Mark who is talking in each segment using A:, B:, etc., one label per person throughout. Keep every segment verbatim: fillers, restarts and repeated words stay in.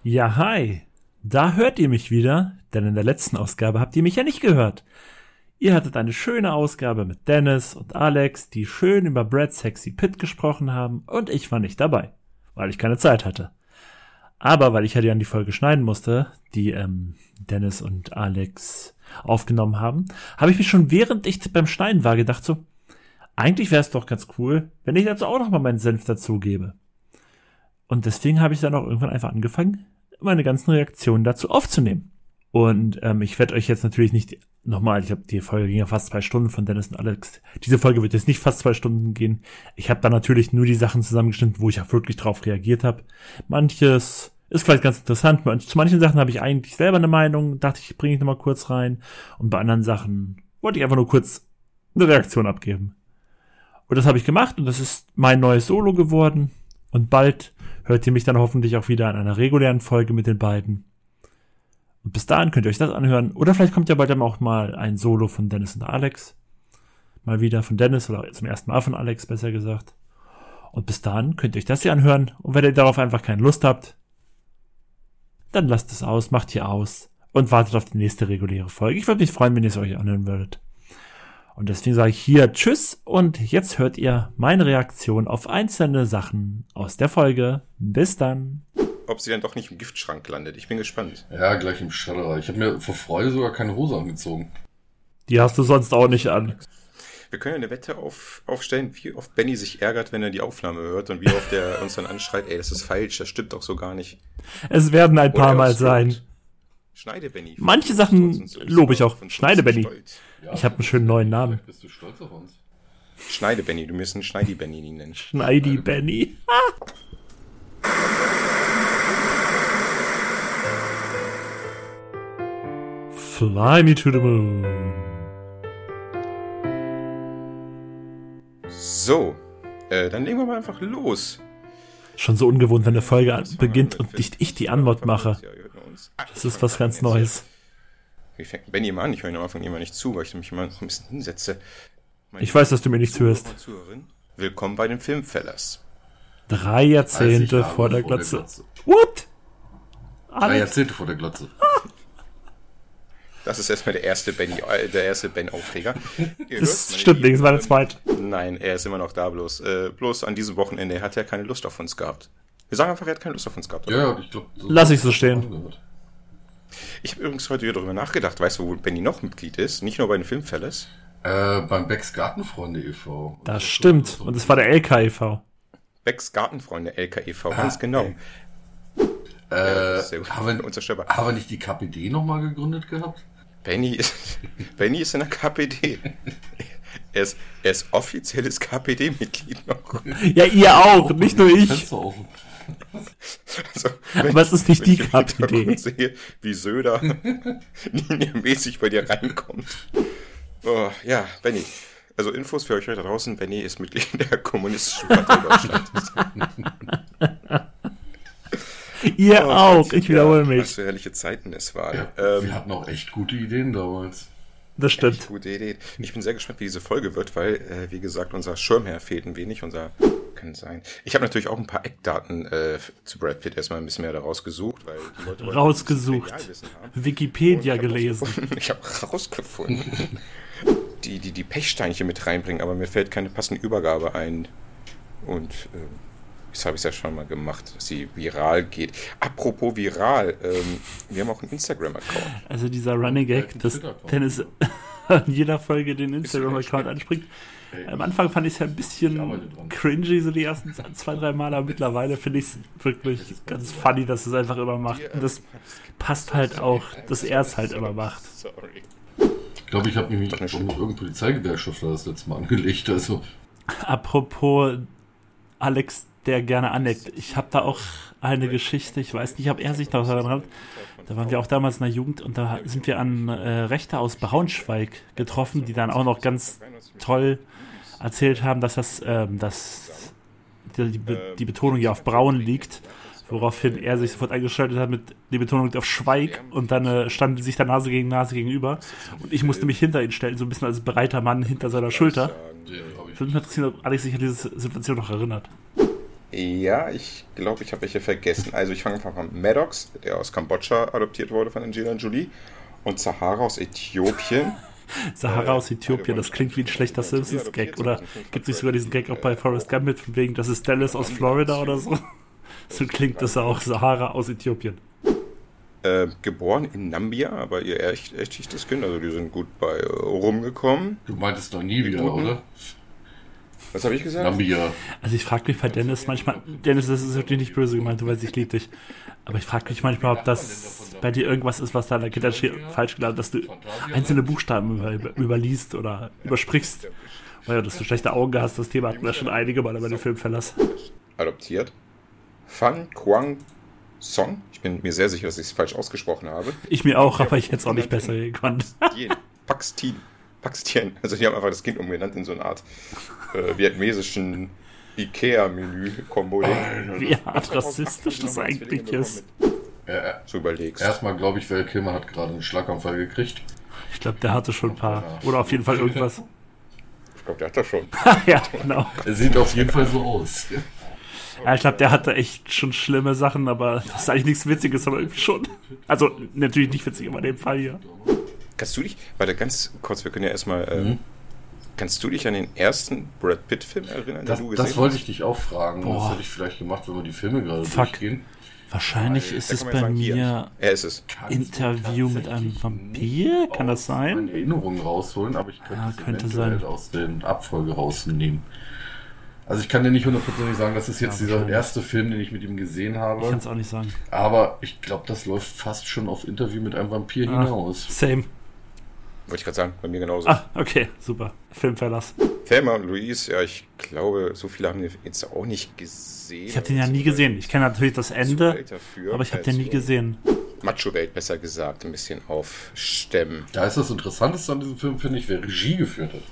A: Ja, hi. Da hört ihr mich wieder, denn in der letzten Ausgabe habt ihr mich ja nicht gehört. Ihr hattet eine schöne Ausgabe mit Dennis und Alex, die schön über Brad Sexy Pitt gesprochen haben, und ich war nicht dabei, weil ich keine Zeit hatte. Aber weil ich ja dann die Folge schneiden musste, die ähm, Dennis und Alex aufgenommen haben, habe ich mich schon während ich beim Schneiden war gedacht so, eigentlich wäre es doch ganz cool, wenn ich dazu auch noch mal meinen Senf dazugebe. Und deswegen habe ich dann auch irgendwann einfach angefangen, meine ganzen Reaktionen dazu aufzunehmen. Und ähm, ich werde euch jetzt natürlich nicht nochmal, ich glaube, die Folge ging ja fast zwei Stunden von Dennis und Alex. Diese Folge wird jetzt nicht fast zwei Stunden gehen. Ich habe da natürlich nur die Sachen zusammengeschnitten, wo ich auch wirklich drauf reagiert habe. Manches ist vielleicht ganz interessant. Zu manchen Sachen habe ich eigentlich selber eine Meinung, dachte ich, bringe ich nochmal kurz rein. Und bei anderen Sachen wollte ich einfach nur kurz eine Reaktion abgeben. Und das habe ich gemacht und das ist mein neues Solo geworden. Und bald hört ihr mich dann hoffentlich auch wieder in einer regulären Folge mit den beiden. Und bis dahin könnt ihr euch das anhören. Oder vielleicht kommt ja bald dann auch mal ein Solo von Dennis und Alex. Mal wieder von Dennis oder zum ersten Mal von Alex, besser gesagt. Und bis dahin könnt ihr euch das hier anhören. Und wenn ihr darauf einfach keine Lust habt, dann lasst es aus, macht hier aus und wartet auf die nächste reguläre Folge. Ich würde mich freuen, wenn ihr es euch anhören würdet. Und deswegen sage ich hier Tschüss und jetzt hört ihr meine Reaktion auf einzelne Sachen aus der Folge. Bis dann.
B: Ob sie dann doch nicht im Giftschrank landet. Ich bin gespannt.
C: Ja, gleich im Schredderer. Ich habe mir vor Freude sogar keine Hose angezogen.
A: Die hast du sonst auch nicht an.
B: Wir können ja eine Wette auf, aufstellen, wie oft Benny sich ärgert, wenn er die Aufnahme hört und wie oft er uns dann anschreit, ey, das ist falsch, das stimmt doch so gar nicht.
A: Es werden ein paar Mal sein.
B: Schneide Benny.
A: Manche Sachen lobe ich auch. Schneide Benny. Ja, ich habe einen schönen neuen Namen.
C: Bist du stolz auf uns?
B: Schneide Benny, du müsst einen Schneidi Benny nennen.
A: Schneidi Benny. Fly me to the moon.
B: So, äh, dann legen wir mal einfach los.
A: Schon so ungewohnt, wenn eine Folge an, beginnt und nicht ich die Anmod mache. Das ist was ganz Neues.
B: Wie fängt Benny immer an? Ich höre ihn am Anfang immer nicht zu, weil ich mich immer noch ein bisschen hinsetze.
A: Meine ich weiß, dass du mir nicht zuhörst.
B: Willkommen bei den Filmfellers.
A: Drei Jahrzehnte vor der Glotze. What?
C: Drei Jahrzehnte vor der Glotze.
B: Das ist erstmal der erste Benny, äh, der erste Ben-Aufreger.
A: Das stimmt nicht, das war der zweite.
B: Nein, er ist immer noch da, bloß. Äh, bloß an diesem Wochenende hat er keine Lust auf uns gehabt. Wir sagen einfach, er hat keine Lust auf uns gehabt.
C: Oder? Ja, ich glaube.
A: So lass ich so stehen.
B: Ich habe übrigens heute wieder darüber nachgedacht. Weißt du, wo Benny noch Mitglied ist? Nicht nur bei den Filmfellers.
C: Äh, beim Becks Gartenfreunde e V.
A: Das stimmt. Und es war der L K e V.
B: Becks Gartenfreunde L K e V, ganz ah, genau. Ey.
C: Äh, ja, haben, wir, haben wir nicht die K P D nochmal gegründet gehabt?
B: Benny ist, Benny ist in der K P D. Er ist, er ist offizielles K P D-Mitglied noch.
A: Ja, ihr auch, nicht nur ich.
B: Also,
A: aber es ist nicht die K P D.
B: Ich sehe, wie Söder linienmäßig bei dir reinkommt. Oh, ja, Benny. Also Infos für euch da draußen. Benny ist Mitglied der Kommunistischen Partei Deutschland.
A: Ihr oh, auch, ich wiederhole mich.
B: Was für herrliche Zeiten es waren.
C: Ja, ähm, wir hatten auch echt gute Ideen damals.
A: Das stimmt.
B: Echt gute Ideen. Ich bin sehr gespannt, wie diese Folge wird, weil, äh, wie gesagt, unser Schirmherr fehlt ein wenig. Unser kann sein. Ich habe natürlich auch ein paar Eckdaten äh, zu Brad Pitt erstmal ein bisschen mehr daraus gesucht, weil die Leute
A: rausgesucht. Wikipedia
B: ich
A: gelesen.
B: Ich habe rausgefunden. die, die die Pechsteinchen mit reinbringen, aber mir fällt keine passende Übergabe ein. Und äh, das habe ich ja schon mal gemacht, dass sie viral geht. Apropos viral, ähm, wir haben auch einen Instagram-Account.
A: Also dieser Running Gag, dass Dennis in jeder Folge den Instagram-Account anspringt. Am Anfang fand ich es ja ein bisschen cringy, so die ersten zwei, drei Mal, aber mittlerweile finde ich es wirklich ganz funny, dass es einfach immer macht. Und das passt halt auch, dass er es halt immer macht.
C: Ich glaube, ich habe nämlich mit irgendeinem Polizeigewerkschafter das letzte Mal angelegt. Also.
A: Apropos Alex, der gerne aneckt. Ich habe da auch eine Geschichte, ich weiß nicht, ob er sich noch daran hat. Da waren wir auch damals in der Jugend und da sind wir an äh, Rechte aus Braunschweig getroffen, die dann auch noch ganz toll erzählt haben, dass das, ähm, dass die, die, Be- die Betonung ja auf Braun liegt, woraufhin er sich sofort eingeschaltet hat mit die Betonung liegt auf Schweig und dann äh, standen sie sich da Nase gegen Nase gegenüber und ich musste mich hinter ihn stellen, so ein bisschen als breiter Mann hinter seiner Schulter. Ich würde mich interessieren, ob Alex sich an diese Situation noch erinnert.
B: Ja, ich glaube, ich habe welche vergessen. Also ich fange einfach mal an. Maddox, der aus Kambodscha adoptiert wurde von Angelina Jolie. Und Sahara aus Äthiopien.
A: Sahara aus Äthiopien, das klingt wie ein schlechter Simpsons-Gag. Oder gibt es nicht sogar diesen Gag auch bei Forrest Gump mit, von wegen, das ist Dallas aus Florida oder so? So klingt das auch, Sahara aus Äthiopien.
B: Äh, geboren in Nambia, aber ihr echt, echt echtes Kind, also die sind gut bei äh, rumgekommen.
C: Du meintest noch nie wieder, oder?
B: Was habe ich gesagt?
C: Nambia.
A: Also ich frage mich bei Dennis manchmal, Dennis, das ist wirklich nicht böse gemeint, du weißt, ich liebe dich. Aber ich frage mich manchmal, ob das bei dir irgendwas ist, was da in der Kindheit falsch gelernt, dass du einzelne Buchstaben über, überliest oder übersprichst. Weil dass du schlechte Augen hast, das Thema hatten wir schon einige Mal bei den Filmverlass.
B: Adoptiert. Fan Kwang Song. Ich bin mir sehr sicher, dass ich es falsch ausgesprochen habe.
A: Ich mir auch, aber ich hätte es auch nicht besser gekonnt.
B: Paxtin. Paxtien. Also die haben einfach das Kind umgenannt in so eine Art äh, vietnamesischen Ikea-Menü-Kombo.
A: Wie hart rassistisch das eigentlich ist.
C: Äh,
B: so überlegst.
C: Erstmal glaube ich, Val Kilmer hat gerade einen Schlaganfall gekriegt.
A: Ich glaube, der hatte schon ein paar. Oder auf jeden Fall irgendwas.
B: Ich glaube, der hat das schon.
A: Ja, genau.
C: Er sieht auf jeden Fall so aus.
A: Ja, ich glaube, der hatte echt schon schlimme Sachen, aber das ist eigentlich nichts Witziges, aber irgendwie schon. Also, natürlich nicht witzig, aber in dem Fall hier.
B: Kannst du dich, warte, ganz kurz, wir können ja erstmal, ähm, mhm. kannst du dich an den ersten Brad Pitt-Film erinnern,
C: das,
B: den du gesehen hast?
C: Das wollte ich dich auch fragen.
A: Boah.
C: Das hätte ich vielleicht gemacht, wenn wir die Filme gerade
A: Fuck.
C: durchgehen.
A: Wahrscheinlich
B: Weil,
A: ist
B: da
A: es
B: kann man
A: bei
B: sagen,
A: mir
B: hier. Er ist es.
A: Interview mit einem Vampir, kann das sein?
C: Meine Erinnerungen rausholen, aber ich könnte
A: Ja,
C: es
A: könnte
C: eventuell
A: sein.
C: aus den Abfolge rausnehmen. Also ich kann dir nicht hundertprozentig sagen, das ist jetzt
A: Ja,
C: dieser
A: wahrscheinlich.
C: erste Film, den ich mit ihm gesehen
A: Ich
C: habe.
A: kann es auch nicht sagen.
C: Aber ich glaube, das läuft fast schon auf Interview mit einem Vampir
A: Ah,
C: hinaus.
A: Same.
B: Wollte ich gerade sagen, bei mir genauso.
A: Ah, okay, super. Filmverlass.
B: Thelma und Louise, ja, ich glaube, so viele haben den jetzt auch nicht gesehen.
A: Ich habe den ja nie gesehen. Ich kenne natürlich das Ende,
B: dafür,
A: aber ich habe den nie gesehen.
B: Macho-Welt, besser gesagt, ein bisschen aufstemmen.
C: Da ist das Interessanteste an diesem Film, finde ich, wer Regie geführt hat.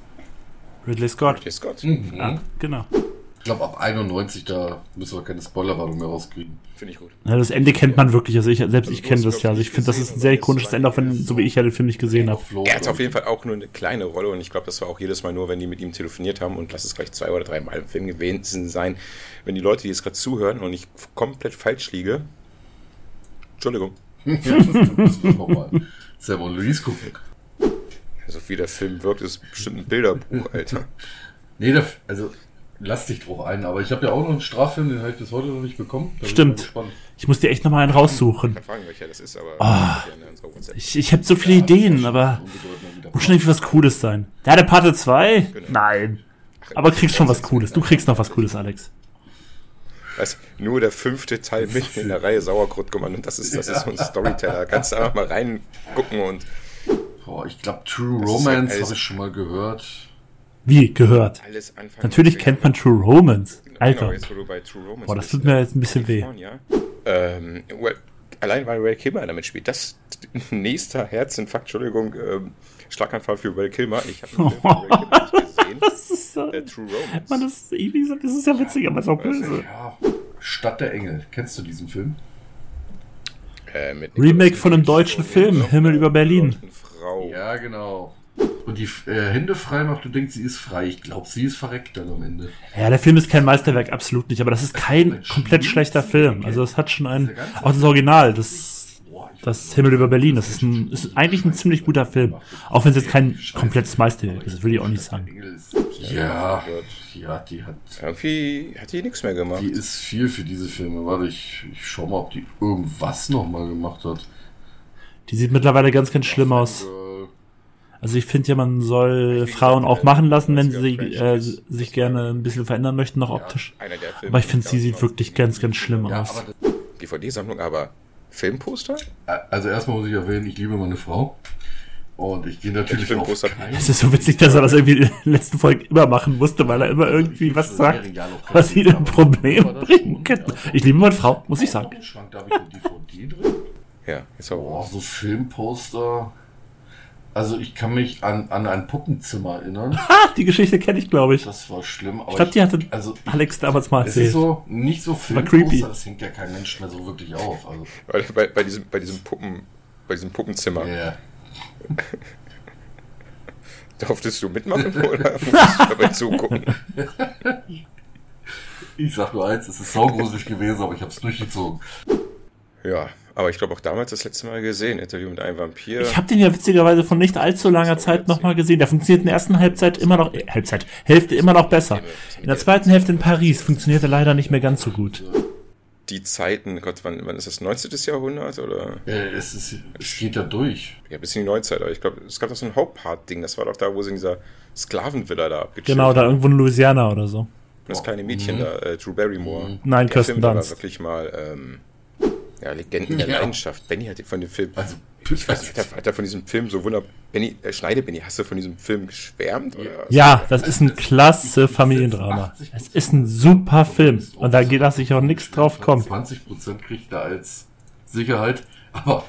A: Ridley Scott.
B: Ridley Scott.
C: Mhm.
A: Ah, genau.
C: Ich glaube, ab einundneunzig, da müssen wir keine Spoilerwarnung mehr rauskriegen.
B: Finde ich gut.
A: Ja, das Ende kennt man wirklich. Also ich selbst ich kenne das ja. Also ich finde, das ist ein sehr ikonisches Ende, auch wenn, so wie ich ja den Film nicht gesehen habe.
B: Er hat auf jeden Fall auch nur eine kleine Rolle und ich glaube, das war auch jedes Mal nur, wenn die mit ihm telefoniert haben und lass es gleich zwei oder drei Mal im Film gewesen sein. Wenn die Leute, die jetzt gerade zuhören und ich komplett falsch liege, Entschuldigung.
C: Ja, das müssen wir nochmal selber und Louise gucken.
B: Also wie der Film wirkt, ist bestimmt ein Bilderbuch, Alter.
C: Nee, der, also lass dich drauf ein, aber ich habe ja auch noch einen Straffilm, den habe ich bis heute noch nicht bekommen. Da
A: Stimmt.
C: bin ich mal gespannt.
A: Ich muss dir echt nochmal einen raussuchen.
B: Ich kann fragen, welcher das ist, aber
A: Oh. Ich, ich habe so viele Ideen, aber muss schon irgendwie was Cooles sein. Ja, der Parte zwei?
B: Genau.
A: Nein. Aber kriegst schon was Cooles. Du kriegst noch was Cooles, Alex.
B: Weißt, nur der fünfte Teil mitten in der Reihe Sauerkrautkommando und das ist, das ist so ein Storyteller. Kannst du einfach mal reingucken und
C: Boah, ich glaube, True
B: Das ist halt
C: Romance
B: alles-
C: habe ich schon mal gehört.
A: Wie, gehört?
B: alles anfangen.
A: Natürlich kennt man True Romance.
B: Genau,
A: Alter.
B: jetzt wo du bei True Romance
A: Boah, das
B: bist,
A: tut mir
B: äh,
A: jetzt ein bisschen weh.
B: California. Ähm, well, allein weil Val Kilmer damit spielt. Das nächster Herzinfarkt, Entschuldigung, ähm, Schlaganfall für Val Kilmer. Ich habe den Film von Val Kilmer nicht gesehen.
A: Das ist so.
B: Äh, True Romance.
A: Man, das ist, wie gesagt, das ist ja witzig, aber ist auch böse.
C: Ja, Stadt der Engel. Kennst du diesen Film?
B: Äh, mit
A: Remake
B: Nicolas
A: von einem
B: Cage
A: deutschen
B: und
A: Film,
B: einer
A: Himmel über Berlin.
B: deutschen Frau.
C: Ja, genau. Und die äh, Hände frei macht, du denkst, sie ist frei. Ich glaube, sie ist verreckt dann am Ende.
A: Ja, der Film ist kein Meisterwerk, absolut nicht, aber das ist kein komplett schlechter Film. Also es hat schon ein, auch das Original, das, das Himmel über Berlin, das ist, ein, ist eigentlich ein ziemlich guter Film. Auch wenn es jetzt kein komplettes Meisterwerk ist, das will ich auch nicht sagen.
C: Ja, ja, die hat,
B: Irgendwie hat die nichts mehr gemacht.
C: die ist viel für diese Filme. Warte, ich, ich schau mal, ob die irgendwas nochmal gemacht hat.
A: Die sieht mittlerweile ganz, ganz schlimm aus. Also ich finde ja, man soll Frauen auch machen lassen, wenn sie äh, sich gerne ein bisschen verändern möchten, noch optisch.
B: Einer der Filme,
A: Aber ich finde, sie
B: die
A: sieht wirklich ganz, ganz schlimm
C: Ja,
A: aus.
C: aber
B: D V D-Sammlung, aber Filmposter?
C: das, also erstmal muss ich erwähnen, ich liebe meine Frau. Und ich gehe natürlich
B: Welche
C: auf
B: Filmposter?
C: keinen
A: Es ist so witzig, dass er das irgendwie in den letzten Folgen immer machen musste, weil er immer irgendwie was sagt, was ihn ein Problem bringen könnte. Ich liebe meine Frau, muss ich sagen.
C: Schrank, da habe ich eine D V D drin.
B: Ja, ist auch
C: Boah, so Filmposter. Also ich kann mich an, an ein Puppenzimmer erinnern.
A: Ah, die Geschichte kenne ich, glaube ich.
C: Das war schlimm. Aber
A: Ich glaube, die hatte
C: also ich,
A: Alex damals mal
C: es ist
A: erzählt.
C: so, nicht so
A: War creepy.
C: Filmposter, das hängt ja kein Mensch mehr so wirklich auf. Also,
B: Bei, bei, bei, diesem, bei diesem Puppen, bei diesem Puppenzimmer.
C: yeah.
B: Durftest du mitmachen oder musstest du dabei zugucken?
C: Ich sag nur eins, es ist saugruselig gewesen, aber ich hab's durchgezogen.
B: Ja, aber ich glaube auch damals das letzte Mal gesehen, Interview mit einem Vampir.
A: Ich habe den ja witzigerweise von nicht allzu langer Zeit nochmal gesehen. Der funktioniert in der ersten Halbzeit immer noch, äh, Halbzeit, Hälfte immer noch besser. In der zweiten Hälfte in Paris funktioniert er leider nicht mehr ganz so gut.
B: Die Zeiten, Gott, wann, wann ist das, neunzehnten. Jahrhundert, oder?
C: Ja, es, ist, es geht ja durch.
B: Ja, bis in die Neuzeit, aber ich glaube, es gab doch so ein Hauptpart-Ding, das war doch da, wo sie in dieser Sklavenvilla da abgechillt
A: Genau, da irgendwo in Louisiana oder so.
B: Das kleine Mädchen
C: Mhm.
B: da, äh, Drew Barrymore.
C: Mhm.
A: Nein,
B: der
A: Kirsten
B: Film, der war
A: Dunst.
B: wirklich mal, ähm, ja, Legenden der
C: Ja.
B: Leidenschaft. Benny hat von dem Film,
C: Also,
B: ich weiß nicht, hat er, hat er von diesem Film so wunder... Benny, äh, Schneide Benny, hast du von diesem Film geschwärmt? Oder?
A: Ja, das ist ein klasse Familiendrama. Es ist ein super Film. Und da geht- lasse ich auch nichts drauf kommen.
C: zwanzig Prozent kriegt er als Sicherheit, aber...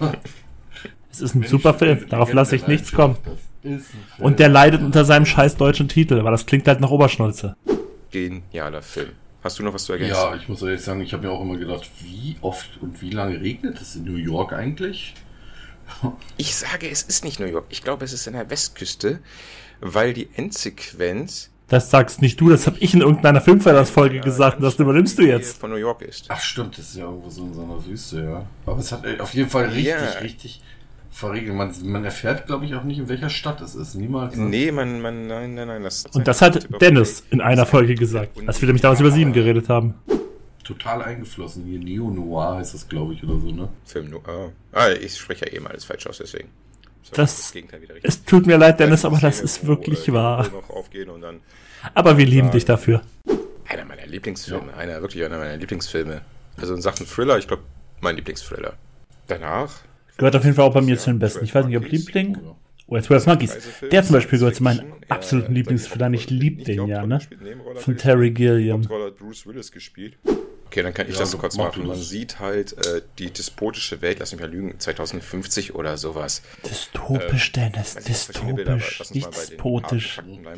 A: Es ist ein super Film. Darauf lasse ich nichts kommen.
C: Das ist ein Film.
A: Und der leidet unter seinem scheiß deutschen Titel, aber das klingt halt nach Oberschnolze.
B: Genialer Film. Hast du noch was zu ergänzen?
C: Ja, ich muss ehrlich sagen, ich habe mir auch immer gedacht, wie oft und wie lange regnet es in New York eigentlich?
B: Ich sage, es ist nicht New York. Ich glaube, es ist an der Westküste, weil die Endsequenz
A: Das sagst nicht du, das habe ich in irgendeiner Filmverlassfolge gesagt und das übernimmst du jetzt.
B: von New York ist.
C: Ach stimmt, das ist ja irgendwo so in so einer Wüste, ja. Aber es hat ey, auf jeden Fall richtig,
B: Ja.
C: richtig verregelt. Man, man erfährt, glaube ich, auch nicht, in welcher Stadt es ist. Niemals. ne?
B: Nee, man, man, nein, nein, nein. Das
A: Und das hat Dennis in einer Folge gesagt, als wir nämlich damals über sieben geredet haben.
C: Total eingeflossen. Hier Neo-Noir heißt das, glaube ich, oder so, ne?
B: Film nur. Ah, ah, ich spreche ja eh mal alles falsch aus, deswegen. So,
A: Das-
B: Gegenteil wieder richtig.
A: Es tut mir leid, Dennis, aber das
B: Szene,
A: ist
B: wo,
A: wirklich
B: äh, die
A: wahr.
B: Augen noch aufgehen und dann
A: Aber wir lieben dich dafür.
B: einer meiner Lieblingsfilme, einer wirklich einer meiner Lieblingsfilme. Also in Sachen Thriller, ich glaube, mein Lieblingsthriller. Danach
A: Gehört auf jeden Fall auch bei mir zu den besten. Ich weiß nicht, ob Liebling oder zwölf Monkeys. Der zum Beispiel gehört zu meinen absoluten Lieblingsthrillern. Ich liebe den ja, ne? Von Terry Gilliam.
B: Hauptrolle hat Bruce Willis gespielt. Okay, dann kann ich
C: Ja,
B: das so kurz
C: mach
B: machen.
C: du
B: Man
C: das.
B: sieht halt äh, die despotische Welt, lass mich mal lügen, zwanzig fünfzig oder sowas.
A: Dystopisch, Dennis.
B: Weiß nicht, verschiedene Bilder, aber
A: Dystopisch.
B: lass uns
A: Nicht
B: mal bei den
A: despotisch.
B: harten Fakten bleiben.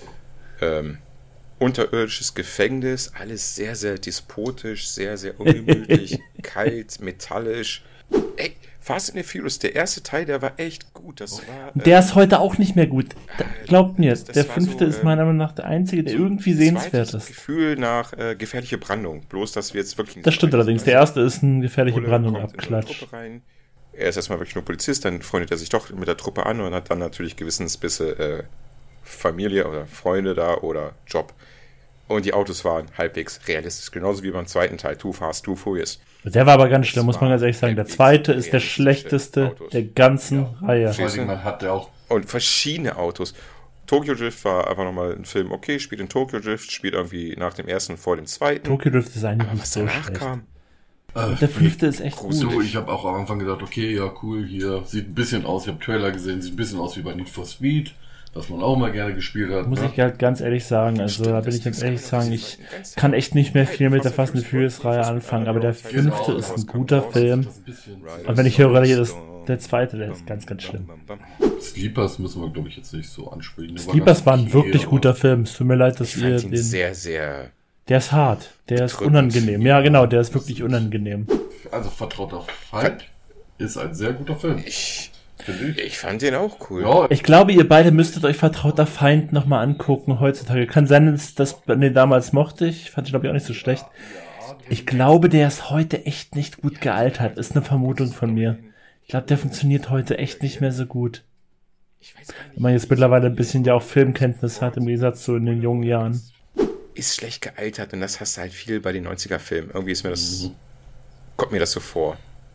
B: Ähm, unterirdisches Gefängnis, alles sehr, sehr despotisch, sehr, sehr ungemütlich, kalt, metallisch. Ey, Fast and the Furious, der erste Teil, der war echt gut. Das war, äh,
A: Der ist heute auch nicht mehr gut. Da- Glaubt mir,
B: das- das
A: der
B: war
A: fünfte
B: so,
A: ist
B: äh,
A: meiner Meinung nach der einzige, der irgendwie sehenswert
B: zweites
A: ist.
B: Gefühl nach äh, gefährliche Brandung. Bloß, dass wir jetzt wirklich...
A: Das stimmt allerdings. Der erste ist ein gefährliche
B: Ole
A: Brandung
B: kommt in so eine
A: abklatsch.
B: Truppe rein. Er ist erstmal wirklich nur Polizist, dann freundet er sich doch mit der Truppe an und hat dann natürlich Gewissensbisse, äh, Familie oder Freunde da oder Job. Und die Autos waren halbwegs realistisch. Genauso wie beim zweiten Teil, Too Fast, Too Furious.
A: Der war aber ganz schlimm, muss man
B: war
A: ganz ehrlich sagen. Der
B: halbwegs
A: zweite ist der
B: realistische
A: schlechteste
B: Autos.
A: der ganzen Reihe.
C: Vor allem, man hat ja auch.
B: Und verschiedene Autos. Tokyo Drift war einfach nochmal ein Film, okay, spielt in Tokyo Drift, spielt irgendwie nach dem ersten vor dem zweiten.
A: Tokyo Drift ist eigentlich
B: Aber
A: nicht
B: was
A: so
B: danach
A: schlecht.
B: kam,
C: Äh,
A: Der fünfte ist echt gut.
C: So, ich habe auch am Anfang gedacht, okay, ja, cool, hier sieht ein bisschen aus, ich habe Trailer gesehen, sieht ein bisschen aus wie bei Need for Speed, was man auch mal gerne gespielt hat.
A: Muss
C: ne?
A: ich halt ganz ehrlich sagen, also da will ich ganz ehrlich sagen, ich kann echt nicht mehr viel mit der Fast and Furious Reihe anfangen, aber der fünfte ist ein guter Film.
C: Das ist ein bisschen-
A: Und wenn ich höre, hier ist der zweite, der ist ganz, ganz schlimm.
C: Sleepers müssen wir, glaube ich, jetzt nicht so ansprechen. Der
A: Sleepers
C: ganz
A: war ein
C: okay,
A: wirklich
C: aber-
A: guter Film. Es tut mir leid, dass
B: ich
A: ihr
B: fand ihn
A: den...
B: sehr, sehr...
A: Der ist hart. Der ist
B: bedrückend.
A: unangenehm. Ja, genau, der ist wirklich unangenehm.
C: Also Vertrauter Feind ist ein sehr guter Film,
B: Ich,
C: finde ich.
B: ich fand den auch cool.
C: Ja,
A: Ich glaube, ihr beide müsstet euch Vertrauter Feind nochmal angucken heutzutage. Kann sein, dass das den damals mochte ich. Fand ich, glaube ich, auch nicht so schlecht. Ich glaube, der ist heute echt nicht gut gealtert. Ist eine Vermutung von mir. Ich glaube, der funktioniert heute echt nicht mehr so gut.
B: Ich weiß gar nicht.
A: Wenn man jetzt mittlerweile ein bisschen ja auch Filmkenntnis hat, im Gegensatz zu in den jungen Jahren.
B: Ist schlecht gealtert und das hast du halt viel bei den neunziger-Filmen. Irgendwie ist mir das...
C: Mhm.
B: Kommt mir das so vor.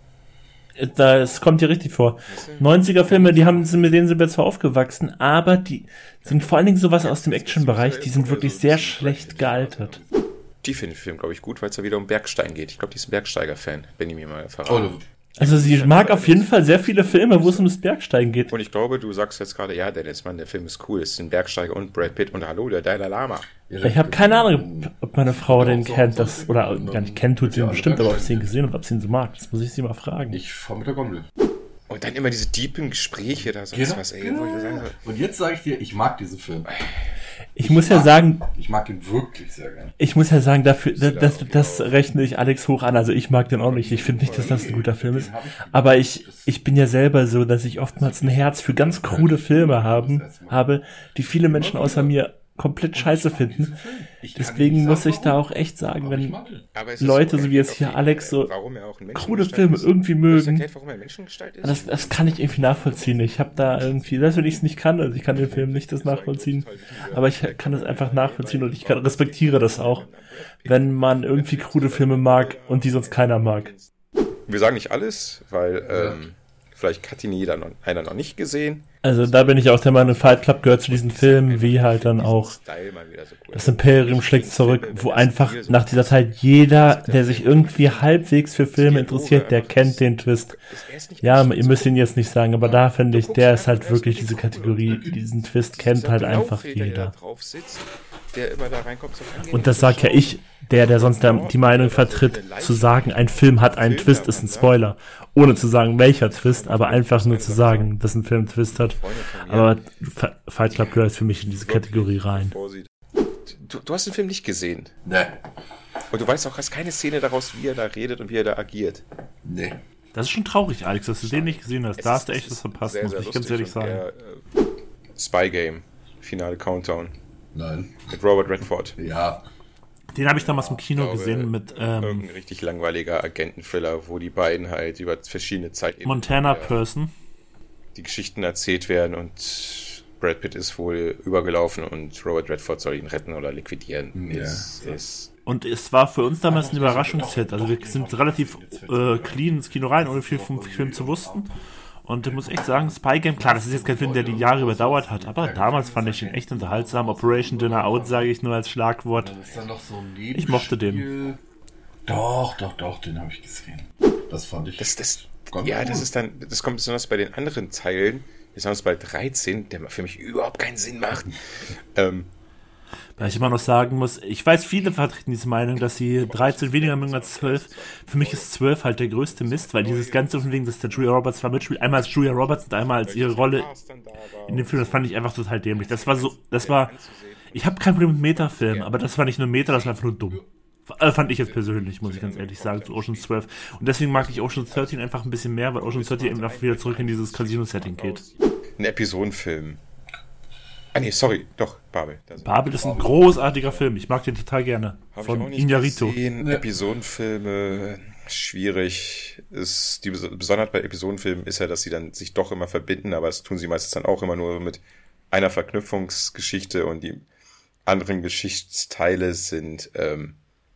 A: Da, es kommt dir richtig vor. neunziger-Filme, die haben, mit denen sind wir zwar aufgewachsen, aber die sind vor allen Dingen sowas aus dem Action-Bereich, die sind wirklich sehr schlecht gealtert.
B: Die finde ich Film, glaube ich, gut, weil es da wieder um Bergstein geht. Ich glaube, die ist ein Bergsteiger-Fan, wenn ich mir mal verraten.
C: oh,
A: Also sie mag auf jeden Fall sehr viele Filme, wo es ums Bergsteigen geht.
B: Und ich glaube, du sagst jetzt gerade, ja, Dennis, Mann, der Film ist cool. Es sind Bergsteiger und Brad Pitt und hallo, der Dalai Lama.
A: Ich habe keine Ahnung, ob meine Frau den kennt, das, oder gar nicht kennt, tut sie ihn bestimmt, aber ob sie ihn gesehen hat, ob sie ihn so mag, das muss ich sie mal fragen.
C: ich fahre mit der Gondel.
B: Und dann immer diese deepen Gespräche da, sonst
C: Genau.
B: was, ey, wo ich das sagen soll.
C: Und jetzt sage ich dir, ich mag diesen Film.
A: Ich muss ja sagen,
C: Ich mag ihn wirklich sehr gern.
A: ich muss ja sagen, dafür, das, das, das rechne ich Alex hoch an, also ich mag den auch nicht, ich finde nicht, dass das ein guter Film ist, aber ich, ich bin ja selber so, dass ich oftmals ein Herz für ganz krude Filme haben, habe, die viele Menschen außer mir komplett scheiße finden.
C: Ich kann
A: Deswegen
C: nicht
A: muss
C: sagen,
A: ich da
C: warum.
A: auch echt sagen,
C: Aber
A: wenn
C: ich mag ihn.
B: Aber es ist
A: Leute,
B: so
A: so wie jetzt
B: erklärt,
A: hier Alex, so
B: warum er auch ein
A: krude
B: Menschengestalt
A: Filme
B: ist.
A: irgendwie
B: Du hast
A: mögen,
B: erklärt, warum er Menschengestalt ist?
A: das, das kann ich irgendwie nachvollziehen. Ich habe da irgendwie, selbst wenn ich es nicht kann, also ich kann den Film nicht das nachvollziehen, aber ich kann das einfach nachvollziehen und ich kann, respektiere das auch, wenn man irgendwie krude Filme mag und die sonst keiner mag.
B: Wir sagen nicht alles, weil ähm, vielleicht hat ihn jeder noch, einer noch nicht gesehen.
A: Also da bin ich auch der Meinung, Fight Club gehört zu diesen Filmen, wie halt dann auch das Imperium schlägt zurück, wo einfach nach dieser Zeit jeder, der sich irgendwie halbwegs für Filme interessiert, der kennt den Twist. Ja, ihr müsst ihn jetzt nicht sagen, aber da finde ich, der ist halt wirklich diese Kategorie, diesen Twist kennt halt einfach jeder. Und das sagt ja ich, der, der sonst der, die Meinung vertritt, zu sagen, ein Film hat einen Twist, ist ein Spoiler. Ohne zu sagen, welcher Twist, aber einfach nur zu sagen, dass ein Film einen Twist hat. Aber Fight Club gehört für mich in diese Kategorie rein.
B: Du, du hast den Film nicht gesehen.
C: Nee.
B: Und du weißt auch, hast keine Szene daraus, wie er da redet und wie er da agiert.
C: Nee.
A: Das ist schon traurig, Alex, dass du den nicht gesehen hast.
B: Es
A: Da
B: ist-
A: hast du echt
B: es
A: was
B: ist
A: verpasst,
B: sehr,
A: muss
B: sehr
A: ich ganz
B: lustig
A: ehrlich
B: und
A: sagen.
B: er, äh, Spy Game, Finale Countdown
C: Nein.
B: mit Robert Redford.
C: Ja.
A: Den habe ich damals im Kino
B: Ich glaube,
A: gesehen mit ähm,
B: Irgendein richtig langweiliger Agenten-Thriller, wo die beiden halt über verschiedene Zeiten
A: Montana
B: äh,
A: Person.
B: die Geschichten erzählt werden und Brad Pitt ist wohl übergelaufen und Robert Redford soll ihn retten oder liquidieren.
C: Ja.
B: Ist, ist,
A: Und es war für uns damals ein Überraschungshit. Also wir sind relativ äh, clean ins Kino rein, ohne viel vom Film zu wussten. Und ich muss echt sagen, Spy Game, klar, das ist jetzt kein Film, der die Jahre überdauert hat, aber damals fand ich ihn echt unterhaltsam. Operation Dinner Out sage ich nur als Schlagwort.
C: Dann ist da noch so ein
A: Ich mochte den.
C: Nebenspiel. Doch, doch, doch, den habe ich gesehen. Das fand ich.
B: das, das,
C: Ganz
B: ja,
C: cool.
B: das ist dann, das kommt besonders bei den anderen Teilen, besonders bei dreizehn, der für mich überhaupt keinen Sinn macht. Ähm,
A: Weil ich immer noch sagen muss, ich weiß, viele vertreten diese Meinung, dass sie dreizehn weniger mögen als zwölf. Für mich ist zwölf halt der größte Mist, weil dieses ganze von wegen, dass der Julia Roberts zwar mitspielt, einmal als Julia Roberts und einmal als ihre Rolle in dem Film, das fand ich einfach total dämlich. Das war so, das war, ich habe kein Problem mit Metafilmen, aber das war nicht nur Meta, das war einfach nur dumm. Äh, fand ich jetzt persönlich, muss ich ganz ehrlich sagen, zu Ocean's zwölf. Und deswegen mag ich Ocean's dreizehn einfach ein bisschen mehr, weil Ocean's dreizehn eben auch wieder zurück in dieses Casino-Setting geht.
B: ein Episodenfilm. Ah nee, sorry, doch, Babel. Da sind-
A: Babel ist ein großartiger Film, ich mag den total gerne.
B: Hab ich
A: Von
B: auch nicht
A: Iñárritu.
B: gesehen.
C: Ja.
B: Episodenfilme, schwierig. Ist, die Bes- Besonderheit bei Episodenfilmen ist ja, dass sie dann sich doch immer verbinden, aber das tun sie meistens dann auch immer nur mit einer Verknüpfungsgeschichte und die anderen Geschichtsteile sind ähm,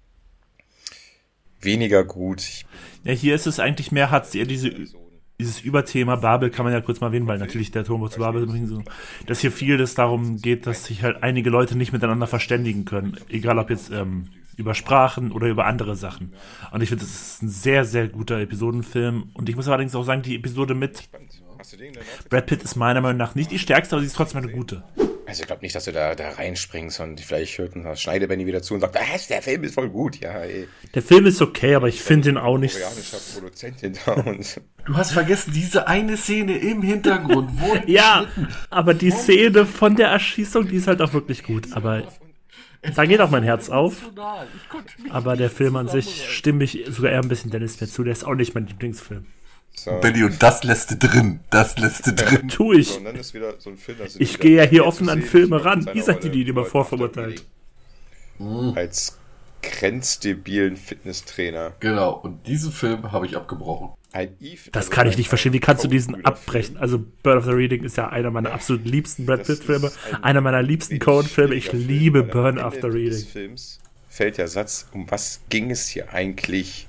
B: weniger gut. Ich
A: Ja, hier ist es eigentlich mehr, hat eher diese, dieses Überthema Babel kann man ja kurz mal erwähnen, weil natürlich der Turm zu Babel, so, dass hier viel das darum geht, dass sich halt einige Leute nicht miteinander verständigen können. Egal ob jetzt ähm, über Sprachen oder über andere Sachen. Und ich finde, das ist ein sehr, sehr guter Episodenfilm. Und ich muss allerdings auch sagen, die Episode mit
B: Hast du den denn auch?
A: Brad Pitt ist meiner Meinung nach nicht die stärkste, aber sie ist trotzdem eine gute.
B: Also ich glaube nicht, dass du da, da reinspringst und vielleicht hört ein Schneidebenny wieder zu und sagt, was, der Film ist voll gut. Ja, ey.
A: Der Film ist okay, aber ich finde ihn auch nicht.
B: Koreanischer Produzent hinter uns.
C: Du hast vergessen, diese eine Szene im Hintergrund. Wo
A: Ja, aber die Szene von der Erschießung, die ist halt auch wirklich gut. Aber da geht auch mein Herz auf. Aber der Film an sich stimme ich sogar eher ein bisschen Dennis mehr zu. Der ist auch nicht mein Lieblingsfilm.
B: So.
C: Benny, und das lässt du drin. Das lässt du drin.
A: Tu ich.
B: So, und dann ist wieder so ein Film, da sind
A: Ich
B: wieder
A: gehe ja hier
B: Leute
A: offen
B: zu
A: an
B: sehen,
A: Filme
B: die
A: ran.
B: mit seiner
A: Ihr seid die,
B: Rolle
A: die die immer
B: Leuten
A: vorverurteilt.
B: auf der Als grenzdebilen Fitnesstrainer.
C: Genau, und diesen Film habe ich abgebrochen.
B: Ein Eve,
A: Das
B: also
A: kann ich
B: ein-
A: nicht verstehen. Wie kannst du
B: ein
A: diesen
B: cooler
A: abbrechen?
B: Film.
A: Also Bird of the Reading ist ja einer meiner absolut liebsten Brad
B: Das
A: Pitt-Filme.
B: ist ein
A: Einer meiner liebsten
B: wenig
A: Coen-Filme. Ich
B: schwieriger
A: liebe
B: Film, weil am
A: Burn After
B: Ende des
A: Reading.
B: Films fällt der Satz, um was ging es hier eigentlich?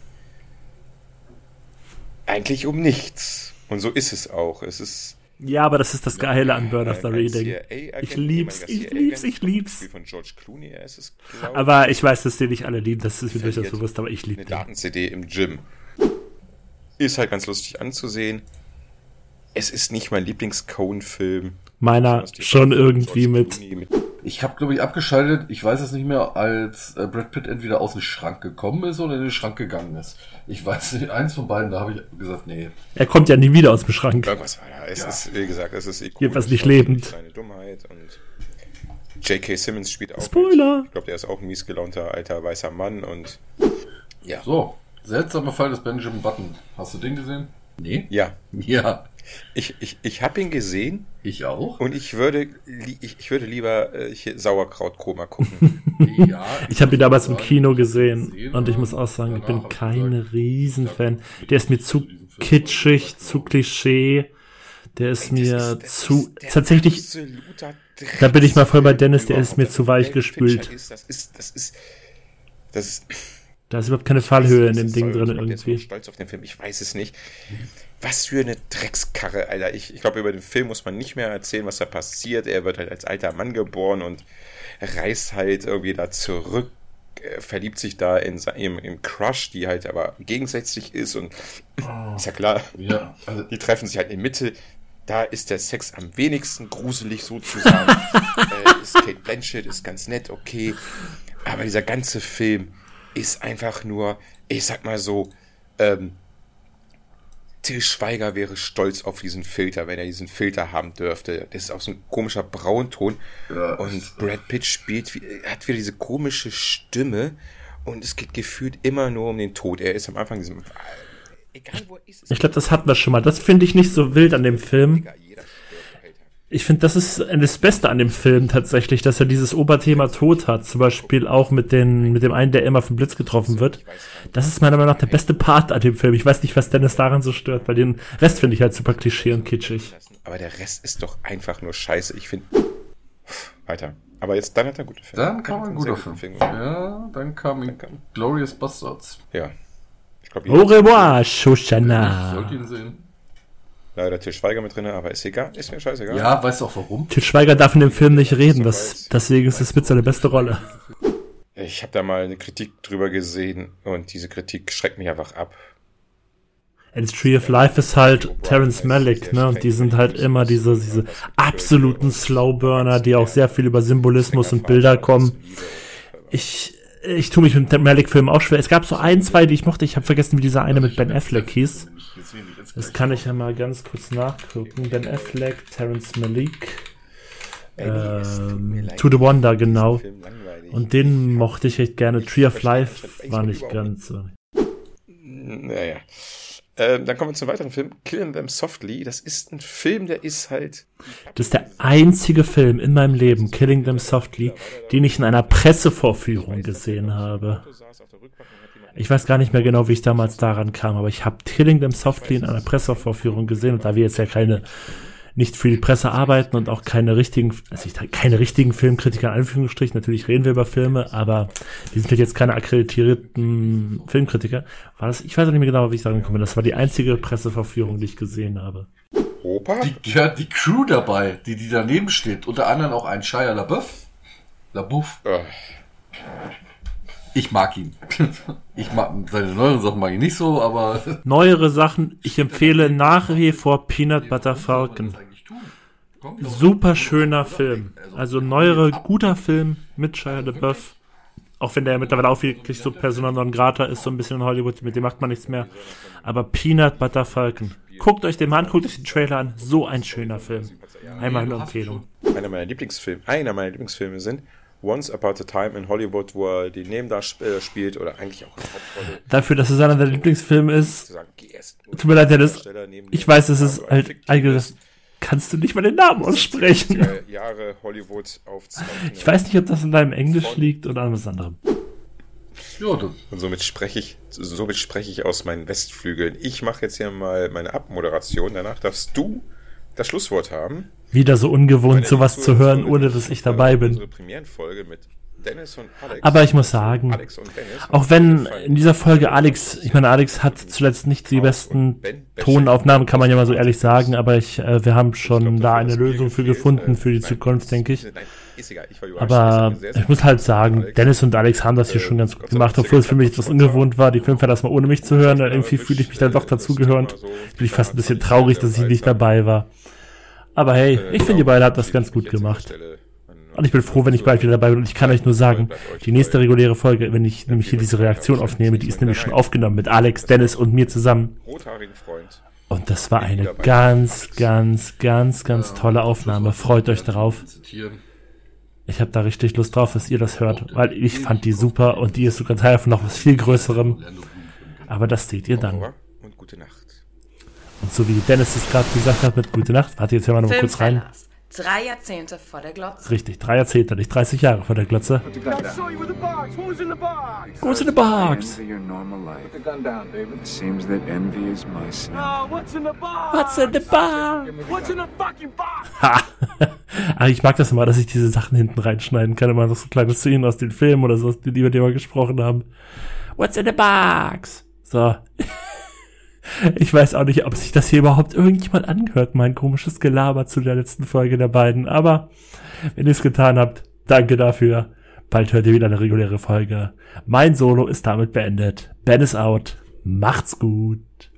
B: Eigentlich um nichts. Und so ist es auch. Es ist
A: Ja, aber das ist das Geile an Burn After
B: ein
A: Reading.
B: C I A-Agent,
A: Ich lieb's, ich
B: ehemaliger
A: lieb's,
B: C I A-Agent,
A: ich lieb's.
B: Spiel von George Clooney, er ist es, glaub
A: Aber ich weiß, dass die nicht alle lieben. Das ist mir durchaus
B: verliert
A: bewusst, aber ich liebe
B: eine
A: den.
B: Daten-C D im Gym. Ist halt ganz lustig anzusehen. Es ist nicht mein Lieblings-Coen-Film.
A: Meiner
B: Besonders die
A: schon
B: Rolle von
A: irgendwie
B: George
A: mit.
B: Clooney, mit
C: Ich habe, glaube ich, abgeschaltet, ich weiß es nicht mehr, als äh, Brad Pitt entweder aus dem Schrank gekommen ist oder in den Schrank gegangen ist. Ich weiß nicht, eins von beiden, da habe ich gesagt, nee.
A: Er kommt ja nie wieder aus dem Schrank.
B: Irgendwas war da. Es
C: Ja.
B: ist, wie gesagt, es ist ikonisch.
A: Jedenfalls nicht
B: Auch
A: lebend.
B: Seine Dummheit und J K. Simmons spielt auch
A: Spoiler!
B: mit. Ich glaube, der ist auch ein miesgelaunter alter weißer Mann und ja.
C: So, seltsamer Fall des Benjamin Button. Hast du den gesehen? Nee?
B: Ja.
C: Ja.
B: Ich, ich, ich habe ihn gesehen.
C: Ich auch.
B: Und ich würde, ich, ich würde lieber äh, hier Sauerkraut-Koma gucken.
C: Ja,
A: ich ich habe ihn damals im Kino gesehen und ich muss auch sagen, ich bin kein Riesenfan. Der ist mir zu kitschig, zu Klischee. Der ist mir
B: das ist, das
A: zu,
B: ist
A: tatsächlich, da bin ich mal voll bei Dennis, der ist mir zu weich gespült.
B: Ist, das ist, das ist, das ist,
A: da ist überhaupt keine Fallhöhe in dem
B: ist
A: Ding
B: toll.
A: drin
B: Ich bin
A: irgendwie.
B: stolz auf den Film, ich weiß es nicht. Was für eine Dreckskarre, Alter. Ich, ich glaube, über den Film muss man nicht mehr erzählen, was da passiert. Er wird halt als alter Mann geboren und reist halt irgendwie da zurück, verliebt sich da in seinem im Crush, die halt aber gegensätzlich ist und oh. Ist ja klar,
C: ja, also
B: die treffen sich halt in der Mitte. Da ist der Sex am wenigsten gruselig sozusagen. äh, ist Kate Blanchett, ist ganz nett, okay. Aber dieser ganze Film ist einfach nur, ich sag mal so, ähm, Til Schweiger wäre stolz auf diesen Filter, wenn er diesen Filter haben dürfte. Das ist auch so ein komischer Braunton. Ja, und Brad Pitt spielt, hat wieder diese komische Stimme und es geht gefühlt immer nur um den Tod. Er ist am Anfang diesem, egal wo er ist.
A: Ich glaube, das hatten wir schon mal. Das finde ich nicht so wild an dem Film. Ich finde, das ist das Beste an dem Film tatsächlich, dass er dieses Oberthema Tod hat. Zum Beispiel auch mit, den, mit dem einen, der immer vom Blitz getroffen wird. Das ist meiner Meinung nach der beste Part an dem Film. Ich weiß nicht, was Dennis daran so stört, weil den Rest finde ich halt super klischee und kitschig.
B: Aber der Rest ist doch einfach nur scheiße. Ich finde... Weiter. Aber jetzt, dann hat er einen guten Film.
C: Dann kam ein guter Film. Film. Ja, dann kam, dann kam Glorious Bastards.
B: Ja. Ich glaub,
A: Au revoir, Shoshana.
C: Ich sollte ihn sehen.
B: Leider Til Schweiger mit drin, aber ist egal, ist mir scheißegal.
C: Ja, weißt du auch warum?
A: Til Schweiger darf in dem Film nicht reden, das, deswegen ist es mit seine beste Rolle.
B: Ich habe da mal eine Kritik drüber gesehen und diese Kritik schreckt mich einfach ab.
A: And Tree of Life ist halt Terrence Malick, ne, und die sind halt immer diese, diese absoluten Slowburner, die auch sehr viel über Symbolismus und Bilder kommen. Ich, ich tue mich mit dem Malick-Film auch schwer. Es gab so ein, zwei, die ich mochte, ich habe vergessen, wie dieser eine mit Ben Affleck hieß. Das kann ich ja mal ganz kurz nachgucken. Ben Affleck, Terrence Malick, ähm, To the Wonder, genau. Und den mochte ich echt gerne. Tree of Life war nicht ganz so.
B: Naja. Ähm, dann kommen wir zum weiteren Film. Killing Them Softly. Das ist ein Film, der ist halt...
A: Das ist der einzige Film in meinem Leben, Killing Them Softly, den ich in einer Pressevorführung gesehen habe. Ich weiß gar nicht mehr genau, wie ich damals daran kam, aber ich habe Killing Them Softly in einer Pressevorführung gesehen und da wir jetzt ja keine, nicht für die Presse arbeiten und auch keine richtigen, also ich, keine richtigen Filmkritiker in Anführungsstrichen, natürlich reden wir über Filme, aber die sind jetzt keine akkreditierten Filmkritiker. War das, ich weiß auch nicht mehr genau, wie ich daran komme. Das war die einzige Pressevorführung, die ich gesehen habe.
B: Opa?
C: Die, ja, die Crew dabei, die, die daneben steht, unter anderem auch ein Shia LaBeouf. LaBeouf.
B: Oh.
C: Ich mag ihn. Ich mag seine neueren Sachen mag ich nicht so, aber...
A: Neuere Sachen, ich empfehle nach wie vor Peanut Butter Falcon. Super schöner Film. Also neuere, guter Film mit Shia LaBeouf. Auch wenn der mittlerweile auch wirklich so Persona non grata ist, so ein bisschen in Hollywood, mit dem macht man nichts mehr. Aber Peanut Butter Falcon. Guckt euch den mal an, guckt euch den Trailer an. So ein schöner Film. Einmal eine Empfehlung.
B: Einer meiner Lieblingsfilme, einer meiner Lieblingsfilme sind Once Upon a Time in Hollywood, wo er die Nebendarsteller spielt oder eigentlich auch eine Hauptrolle.
A: Dafür, dass es einer der Lieblingsfilme ist, tut mir leid, Dennis, ich weiß, es ist halt eigentlich, kannst du nicht mal den Namen aussprechen.
B: Jahre Hollywood aufzeichnen.
A: Ich weiß nicht, ob das in deinem Englisch liegt oder an was anderem.
C: Ja,
B: und somit spreche ich, somit spreche ich aus meinen Westflügeln. Ich mache jetzt hier mal meine Abmoderation. Danach darfst du das Schlusswort haben.
A: Wieder so ungewohnt, sowas zu hören, ohne dass ich dabei bin. Aber ich muss sagen, auch wenn in dieser Folge Alex, ich meine, Alex hat zuletzt nicht die besten Tonaufnahmen, kann man ja mal so ehrlich sagen, aber ich, äh, wir haben schon da eine Lösung für gefunden für die Zukunft, denke ich. Aber ich muss halt sagen, Dennis und Alex haben das hier schon ganz gut gemacht, obwohl es für mich etwas ungewohnt war, die Filmfans erstmal ohne mich zu hören. Irgendwie fühle ich mich dann doch dazugehörend. Ich bin fast ein bisschen traurig, dass ich nicht dabei war. Aber hey, ich finde, ihr beide habt das ganz gut gemacht. Und ich bin froh, wenn ich bald wieder dabei bin. Und ich kann euch nur sagen, die nächste reguläre Folge, wenn ich nämlich hier diese Reaktion aufnehme, die ist nämlich schon aufgenommen mit Alex, Dennis und mir zusammen. Und das war eine ganz, ganz, ganz, ganz tolle Aufnahme. Freut euch darauf. Ich habe da richtig Lust drauf, dass ihr das hört, weil ich fand die super und die ist sogar Teil von noch was viel Größerem. Aber das seht ihr dann.
B: Und gute Nacht.
A: Und so wie Dennis es gerade gesagt hat mit Gute Nacht, warte, jetzt hören wir noch mal kurz rein.
D: Drei Jahrzehnte vor der Glotze.
A: Richtig, drei Jahrzehnte, nicht dreißig Jahre vor der Glotze. Who's in the box? What's in the box? What's in the fucking box? Ha! Ach, ich mag das immer, dass ich diese Sachen hinten reinschneiden kann. Immer noch so kleine Szenen aus den Filmen oder so, die über die wir gesprochen haben. What's in the box? So. Ich weiß auch nicht, ob sich das hier überhaupt irgendjemand angehört, mein komisches Gelaber zu der letzten Folge der beiden. Aber wenn ihr es getan habt, danke dafür. Bald hört ihr wieder eine reguläre Folge. Mein Solo ist damit beendet. Ben ist out. Macht's gut.